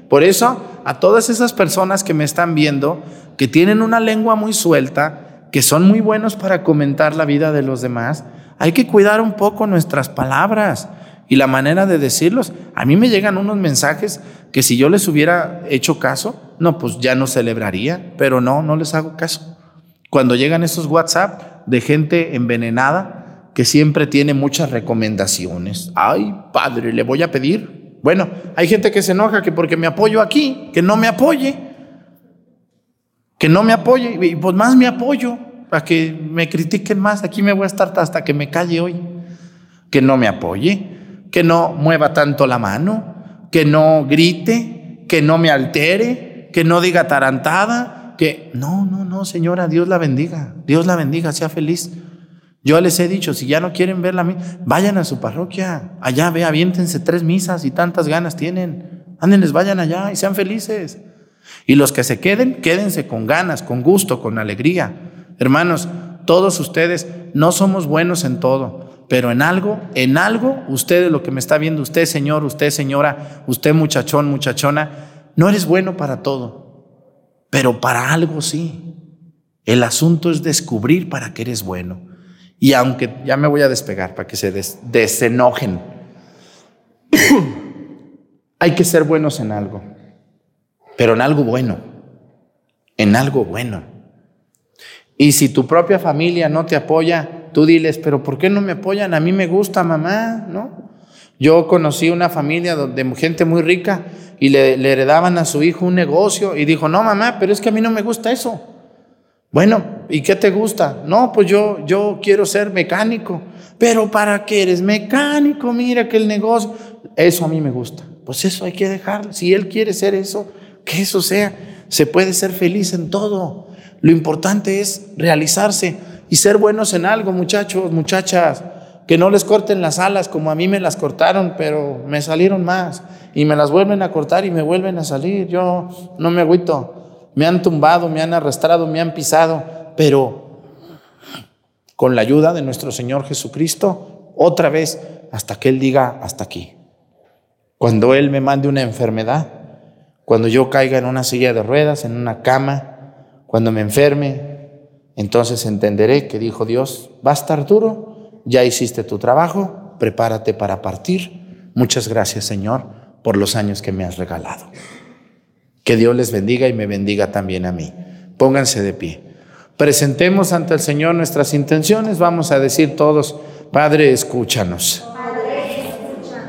Por eso, a todas esas personas que me están viendo, que tienen una lengua muy suelta, que son muy buenos para comentar la vida de los demás, hay que cuidar un poco nuestras palabras y la manera de decirlos. A mí me llegan unos mensajes que si yo les hubiera hecho caso, no, pues ya no celebraría, pero no, no les hago caso. Cuando llegan esos WhatsApp de gente envenenada que siempre tiene muchas recomendaciones. Ay, padre, le voy a pedir. Bueno, hay gente que se enoja que porque me apoyo aquí, que no me apoye. Que no me apoye, y pues más me apoyo, para que me critiquen más. Aquí me voy a estar hasta que me calle hoy. Que no me apoye, que no mueva tanto la mano, que no grite, que no me altere, que no diga tarantada. Que no, no, no, señora, Dios la bendiga, Dios la bendiga, sea feliz. Yo les he dicho, si ya no quieren verla a mí, vayan a su parroquia, allá ve, aviéntense tres misas y tantas ganas tienen, ándenles, vayan allá y sean felices. Y los que se queden, quédense con ganas, con gusto, con alegría. Hermanos, todos ustedes no somos buenos en todo, pero en algo, en algo, usted lo que me está viendo, usted señor, usted señora, usted muchachón, muchachona, no eres bueno para todo. Pero para algo sí. El asunto es descubrir para qué eres bueno. Y aunque ya me voy a despegar para que se des, desenojen, hay que ser buenos en algo, pero en algo bueno, en algo bueno. Y si tu propia familia no te apoya, tú diles, pero ¿por qué no me apoyan? A mí me gusta, mamá, ¿no? Yo conocí una familia de gente muy rica y le, le heredaban a su hijo un negocio y dijo, no mamá, pero es que a mí no me gusta eso. Bueno, ¿y qué te gusta? No, pues yo, yo quiero ser mecánico. Pero ¿para qué eres mecánico? Mira que el negocio, eso a mí me gusta. Pues eso hay que dejarlo. Si él quiere ser eso, que eso sea. Se puede ser feliz en todo. Lo importante es realizarse y ser buenos en algo, muchachos, muchachas. Que no les corten las alas como a mí me las cortaron, pero me salieron más. Y me las vuelven a cortar y me vuelven a salir. Yo no me agüito. Me han tumbado, me han arrastrado, me han pisado. Pero con la ayuda de nuestro Señor Jesucristo, otra vez, hasta que Él diga hasta aquí. Cuando Él me mande una enfermedad, cuando yo caiga en una silla de ruedas, en una cama, cuando me enferme, entonces entenderé que dijo Dios, va a estar duro. Ya hiciste tu trabajo, prepárate para partir. Muchas gracias, Señor, por los años que me has regalado. Que Dios les bendiga y me bendiga también a mí. Pónganse de pie. Presentemos ante el Señor nuestras intenciones. Vamos a decir todos, Padre, escúchanos. Padre, escúchanos.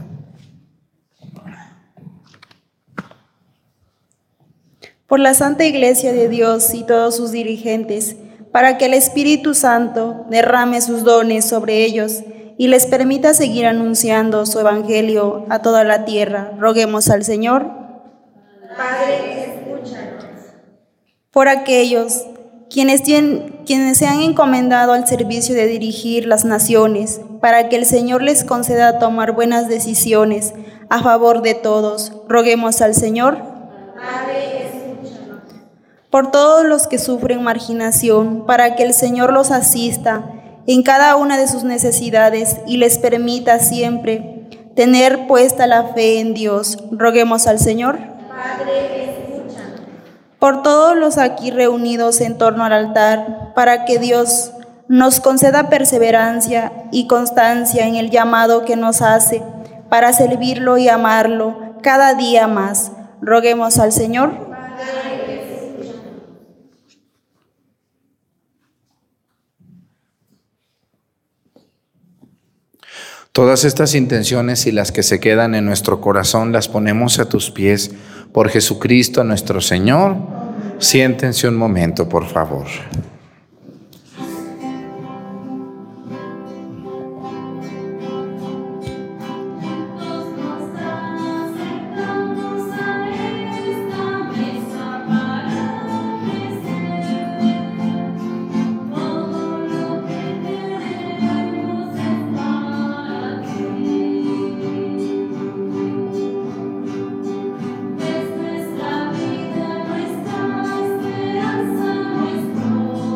Por la Santa Iglesia de Dios y todos sus dirigentes, para que el Espíritu Santo derrame sus dones sobre ellos y les permita seguir anunciando su evangelio a toda la tierra. Roguemos al Señor. Padre, escúchanos. Por aquellos quienes, tienen, quienes se han encomendado al servicio de dirigir las naciones, para que el Señor les conceda tomar buenas decisiones a favor de todos. Roguemos al Señor. Padre, por todos los que sufren marginación, para que el Señor los asista en cada una de sus necesidades y les permita siempre tener puesta la fe en Dios. Roguemos al Señor. Padre, escúchanos. Por todos los aquí reunidos en torno al altar, para que Dios nos conceda perseverancia y constancia en el llamado que nos hace, para servirlo y amarlo cada día más. Roguemos al Señor. Todas estas intenciones y las que se quedan en nuestro corazón las ponemos a tus pies por Jesucristo nuestro Señor. Siéntense un momento, por favor. Nuestra vida, nuestra esperanza, nuestro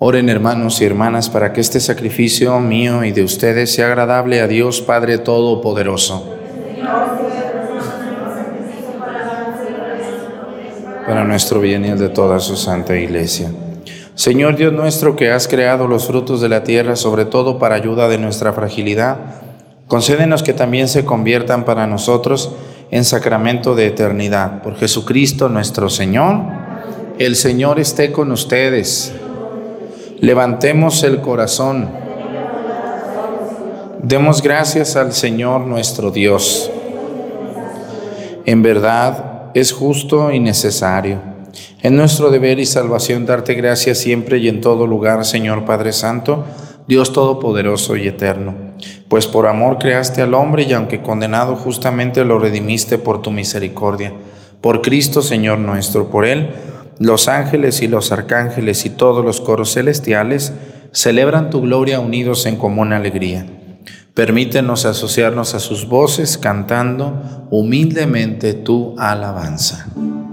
Oren, hermanos y hermanas, para que este sacrificio mío y de ustedes sea agradable a Dios Padre Todopoderoso. Para nuestro bien y el de toda su santa Iglesia. Señor Dios nuestro, que has creado los frutos de la tierra, sobre todo para ayuda de nuestra fragilidad, concédenos que también se conviertan para nosotros en sacramento de eternidad. Por Jesucristo nuestro Señor. El Señor esté con ustedes. Levantemos el corazón. Demos gracias al Señor nuestro Dios. En verdad es justo y necesario. Es nuestro deber y salvación darte gracias siempre y en todo lugar, Señor Padre Santo, Dios Todopoderoso y Eterno. Pues por amor creaste al hombre y aunque condenado justamente lo redimiste por tu misericordia. Por Cristo, Señor nuestro, por Él, los ángeles y los arcángeles y todos los coros celestiales celebran tu gloria unidos en común alegría. Permítenos asociarnos a sus voces cantando humildemente tu alabanza.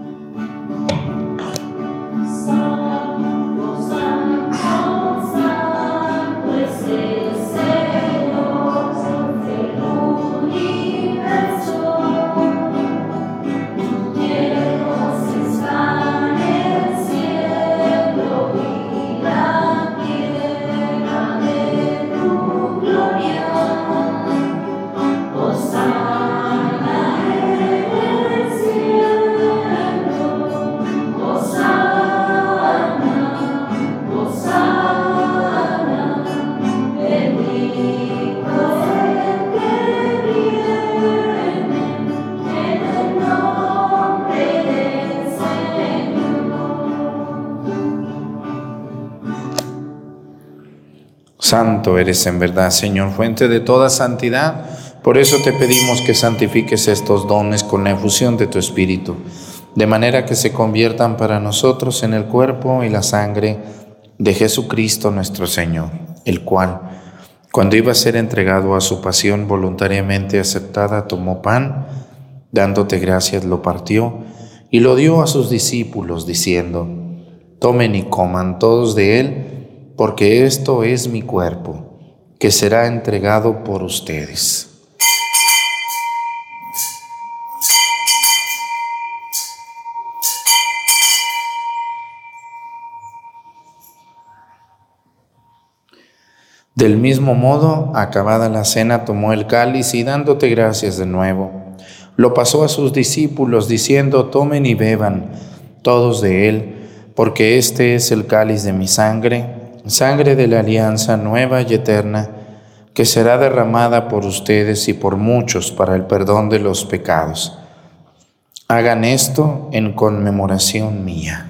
Santo eres en verdad, Señor, fuente de toda santidad. Por eso te pedimos que santifiques estos dones con la efusión de tu Espíritu, de manera que se conviertan para nosotros en el cuerpo y la sangre de Jesucristo nuestro Señor, el cual, cuando iba a ser entregado a su pasión voluntariamente aceptada, tomó pan, dándote gracias lo partió y lo dio a sus discípulos, diciendo: tomen y coman todos de él, porque esto es mi cuerpo, que será entregado por ustedes. Del mismo modo, acabada la cena, tomó el cáliz y dándote gracias de nuevo, lo pasó a sus discípulos, diciendo: tomen y beban todos de él, porque este es el cáliz de mi sangre, sangre de la alianza nueva y eterna, que será derramada por ustedes y por muchos para el perdón de los pecados. Hagan esto en conmemoración mía.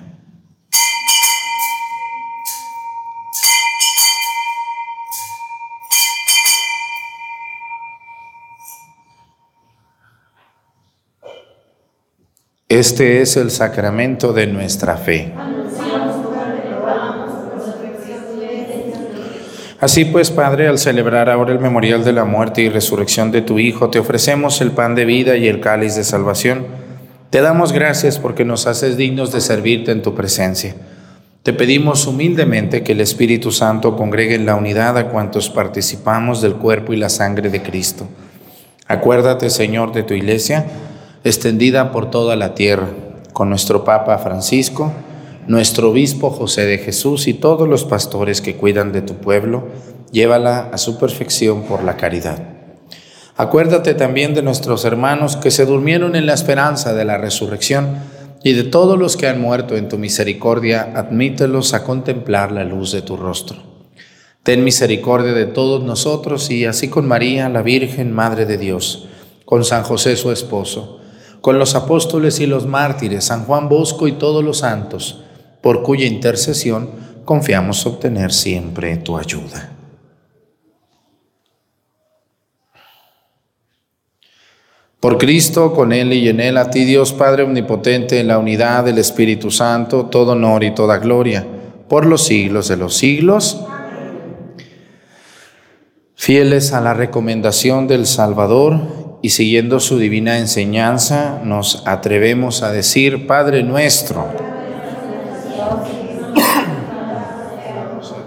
Este es el sacramento de nuestra fe. Así pues, Padre, al celebrar ahora el memorial de la muerte y resurrección de tu Hijo, te ofrecemos el pan de vida y el cáliz de salvación. Te damos gracias porque nos haces dignos de servirte en tu presencia. Te pedimos humildemente que el Espíritu Santo congregue en la unidad a cuantos participamos del cuerpo y la sangre de Cristo. Acuérdate, Señor, de tu Iglesia, extendida por toda la tierra, con nuestro Papa Francisco, nuestro obispo José de Jesús y todos los pastores que cuidan de tu pueblo, llévala a su perfección por la caridad. Acuérdate también de nuestros hermanos que se durmieron en la esperanza de la resurrección y de todos los que han muerto en tu misericordia, admítelos a contemplar la luz de tu rostro. Ten misericordia de todos nosotros y así con María, la Virgen, Madre de Dios, con San José su esposo, con los apóstoles y los mártires, San Juan Bosco y todos los santos, por cuya intercesión confiamos obtener siempre tu ayuda. Por Cristo, con Él y en Él, a ti Dios Padre Omnipotente, en la unidad del Espíritu Santo, todo honor y toda gloria, por los siglos de los siglos. Fieles a la recomendación del Salvador y siguiendo su divina enseñanza, nos atrevemos a decir: Padre nuestro,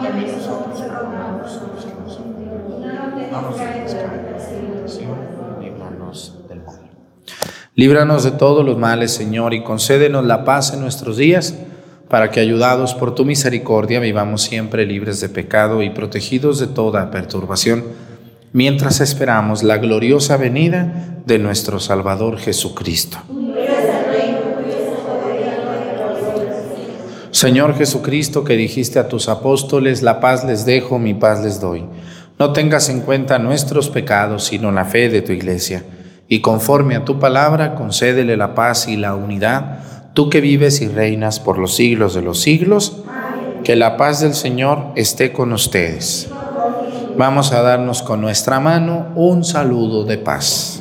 también nosotros perdonamos a los que nos ofenden. No nos dejes caer en la tentación, líbranos del mal. Líbranos de todos los males, Señor, y concédenos la paz en nuestros días, para que, ayudados por tu misericordia, vivamos siempre libres de pecado y protegidos de toda perturbación, mientras esperamos la gloriosa venida de nuestro Salvador Jesucristo. Señor Jesucristo, que dijiste a tus apóstoles, la paz les dejo, mi paz les doy. No tengas en cuenta nuestros pecados, sino la fe de tu Iglesia. Y conforme a tu palabra, concédele la paz y la unidad, tú que vives y reinas por los siglos de los siglos. Que la paz del Señor esté con ustedes. Vamos a darnos con nuestra mano un saludo de paz.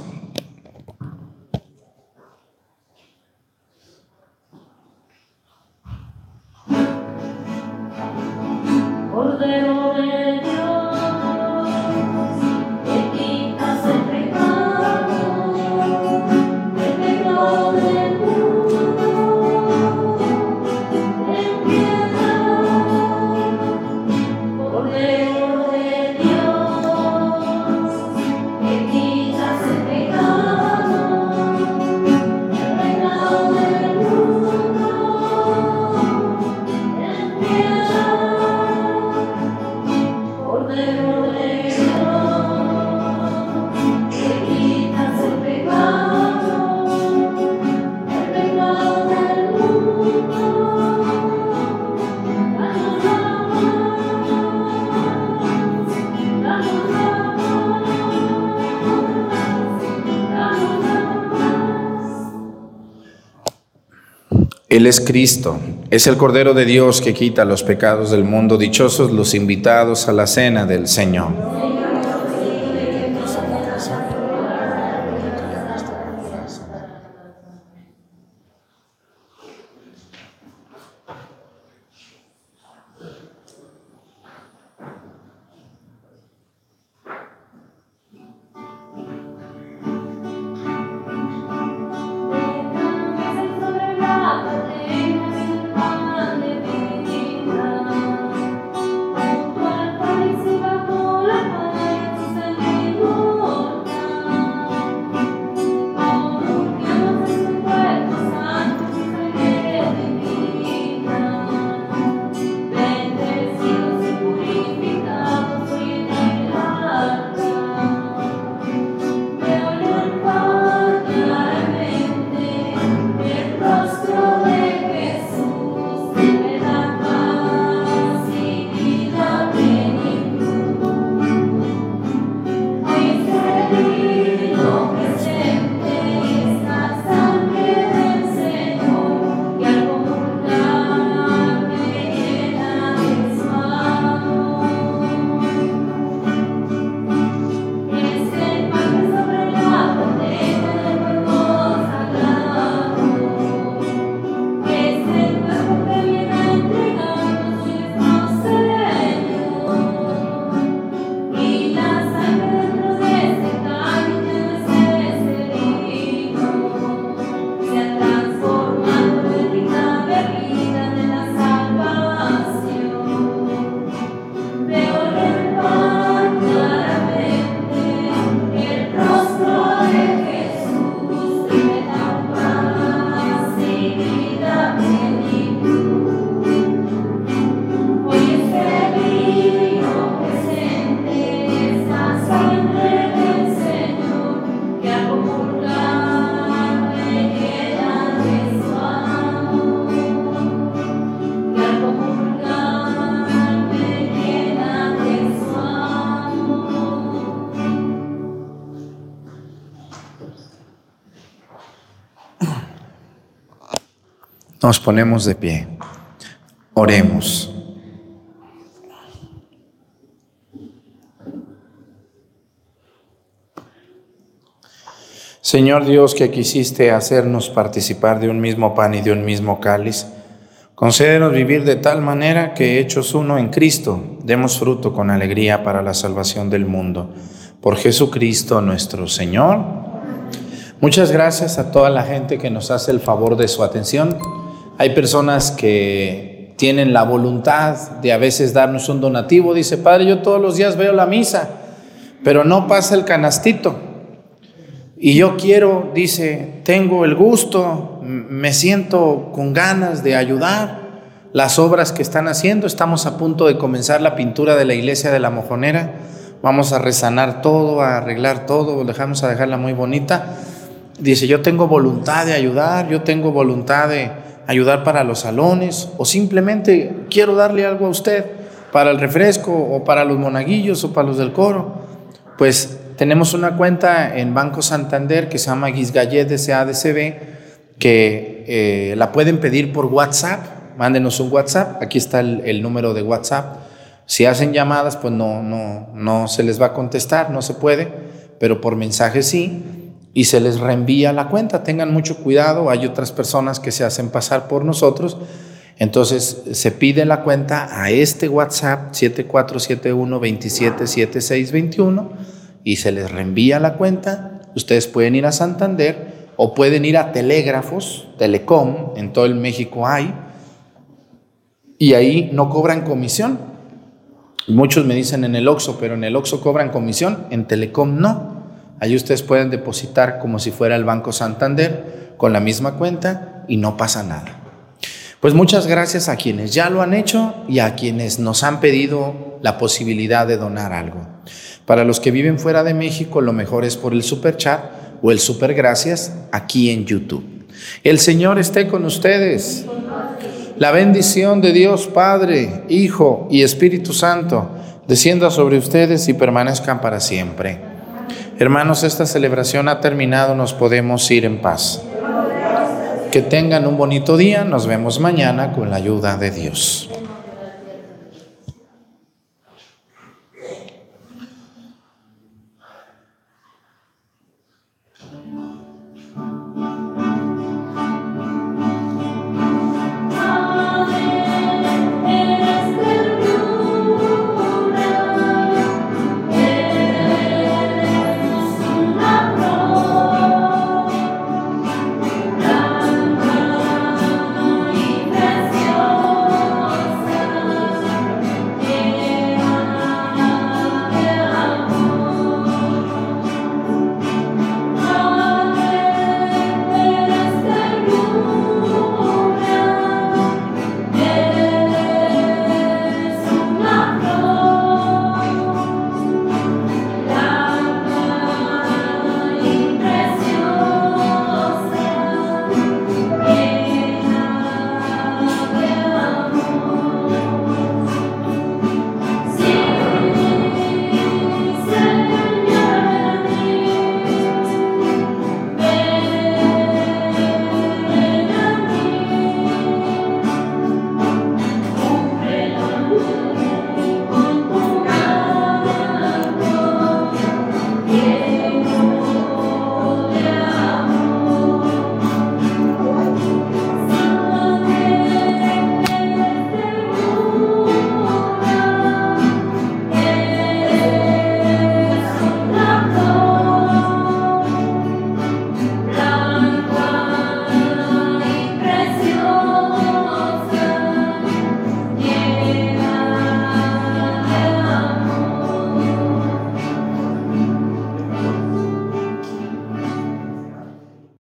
Cordero de Dios, que quitas el pecado, el pecado del mundo, ten piedad. Cordero de Dios, que quitas el pecado, el pecado del mundo, ten piedad. Cordero de Dios, que quitas el pecado, el pecado del mundo, danos la paz, danos la paz, danos la paz. Él es Cristo, es el Cordero de Dios que quita los pecados del mundo. Dichosos los invitados a la cena del Señor. Sobre la cadena el pan de vida, junto al cáliz y bajo la pared se inmortal. Confiamos en tu cuerpo santo y sangre divina, bendecidos y purificados hoy en el altar. Veo en el pan claramente el rostro de Jesús, me da paz y vida plenitud. Hoy este vino presente es la sangre del Señor, que al comulgar me llena de su amor. Es el pan que sobre la bandeja del cuerpo sagrado, es el cuerpo que viene a entregarnos nuestro Señor, y la sangre dentro de este cáliz de este vino se ha transformado en rica bebida de la salvación. Veo en el pan claramente el rostro de Jesús, que me da paz y vida plenitud. Hoy este vino presente es la sangre del Señor, que al comulgar me llena de su amor, que al comulgar me llena de su amor. Nos ponemos de pie. Oremos. Señor Dios, que quisiste hacernos participar de un mismo pan y de un mismo cáliz, concédenos vivir de tal manera que, hechos uno en Cristo, demos fruto con alegría para la salvación del mundo. Por Jesucristo nuestro Señor. Muchas gracias a toda la gente que nos hace el favor de su atención. Hay personas que tienen la voluntad de a veces darnos un donativo. Dice, Padre, yo todos los días veo la misa, pero no pasa el canastito. Y yo quiero, dice, tengo el gusto, me siento con ganas de ayudar las obras que están haciendo. Estamos a punto de comenzar la pintura de la iglesia de La Mojonera. Vamos a resanar todo, a arreglar todo, dejamos a dejarla muy bonita. Dice, yo tengo voluntad de ayudar, yo tengo voluntad de ayudar para los salones, o simplemente quiero darle algo a usted para el refresco, o para los monaguillos, o para los del coro. Pues tenemos una cuenta en Banco Santander que se llama Guisgallet S A D C B, que eh, la pueden pedir por WhatsApp. Mándenos un WhatsApp, aquí está el, el número de WhatsApp. Si hacen llamadas, pues no, no, no se les va a contestar, no se puede, pero por mensaje sí, y se les reenvía la cuenta. Tengan mucho cuidado, hay otras personas que se hacen pasar por nosotros. Entonces se pide la cuenta a este WhatsApp siete cuatro siete uno, dos siete siete seis dos uno y se les reenvía la cuenta. Ustedes pueden ir a Santander o pueden ir a Telégrafos, Telecom, en todo el México hay, y ahí no cobran comisión. Muchos me dicen en el Oxxo, pero en el Oxxo cobran comisión, en Telecom no. Ahí ustedes pueden depositar como si fuera el Banco Santander con la misma cuenta y no pasa nada. Pues muchas gracias a quienes ya lo han hecho y a quienes nos han pedido la posibilidad de donar algo. Para los que viven fuera de México, lo mejor es por el Superchat o el Super Gracias aquí en YouTube. El Señor esté con ustedes. La bendición de Dios Padre, Hijo y Espíritu Santo descienda sobre ustedes y permanezcan para siempre. Hermanos, esta celebración ha terminado, nos podemos ir en paz. Que tengan un bonito día, nos vemos mañana con la ayuda de Dios.